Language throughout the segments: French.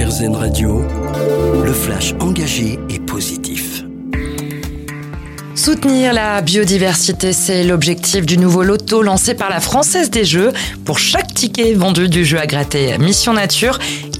RZN Radio, le flash engagé et positif. Soutenir la biodiversité, c'est l'objectif du nouveau loto lancé par la Française des Jeux. Pour chaque ticket vendu du jeu à gratter Mission Nature,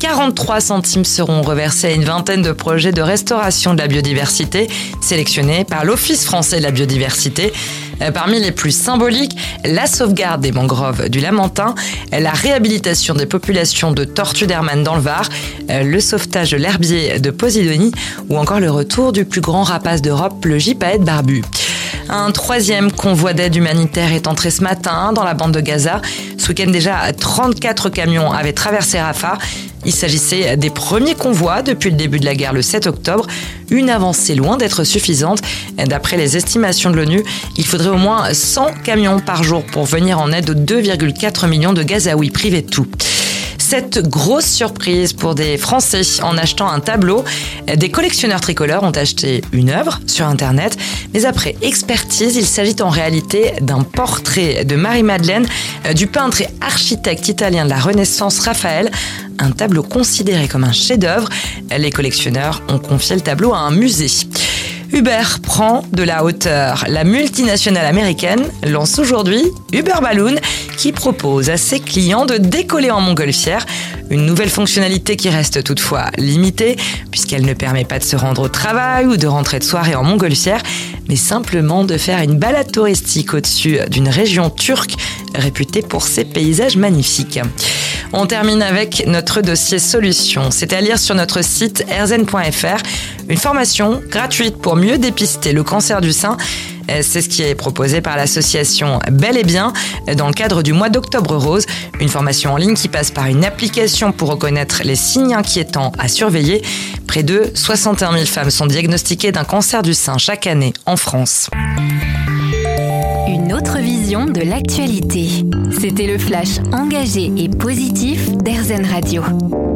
43 centimes seront reversés à une vingtaine de projets de restauration de la biodiversité sélectionnés par l'Office français de la biodiversité. Parmi les plus symboliques, la sauvegarde des mangroves du Lamentin, la réhabilitation des populations de tortues d'Hermann dans le Var, le sauvetage de l'herbier de Posidonie ou encore le retour du plus grand rapace d'Europe, le gypaète barbu. Un troisième convoi d'aide humanitaire est entré ce matin dans la bande de Gaza. Ce week-end déjà, 34 camions avaient traversé Rafah. Il s'agissait des premiers convois depuis le début de la guerre le 7 octobre. Une avancée loin d'être suffisante. D'après les estimations de l'ONU, il faudrait au moins 100 camions par jour pour venir en aide aux 2,4 millions de Gazaouis privés de tout. Cette grosse surprise pour des Français en achetant un tableau. Des collectionneurs tricolores ont acheté une œuvre sur Internet. Mais après expertise, il s'agit en réalité d'un portrait de Marie-Madeleine, du peintre et architecte italien de la Renaissance Raphaël. Un tableau considéré comme un chef-d'œuvre. Les collectionneurs ont confié le tableau à un musée. Uber prend de la hauteur. La multinationale américaine lance aujourd'hui Uber Balloon qui propose à ses clients de décoller en montgolfière. Une nouvelle fonctionnalité qui reste toutefois limitée puisqu'elle ne permet pas de se rendre au travail ou de rentrer de soirée en montgolfière, mais simplement de faire une balade touristique au-dessus d'une région turque réputée pour ses paysages magnifiques. On termine avec notre dossier solution. C'est à lire sur notre site rzn.fr. Une formation gratuite pour mieux dépister le cancer du sein. C'est ce qui est proposé par l'association Bel et Bien dans le cadre du mois d'Octobre Rose. Une formation en ligne qui passe par une application pour reconnaître les signes inquiétants à surveiller. Près de 61 000 femmes sont diagnostiquées d'un cancer du sein chaque année en France. Une autre vision de l'actualité. C'était le flash engagé et positif d'RZN Radio.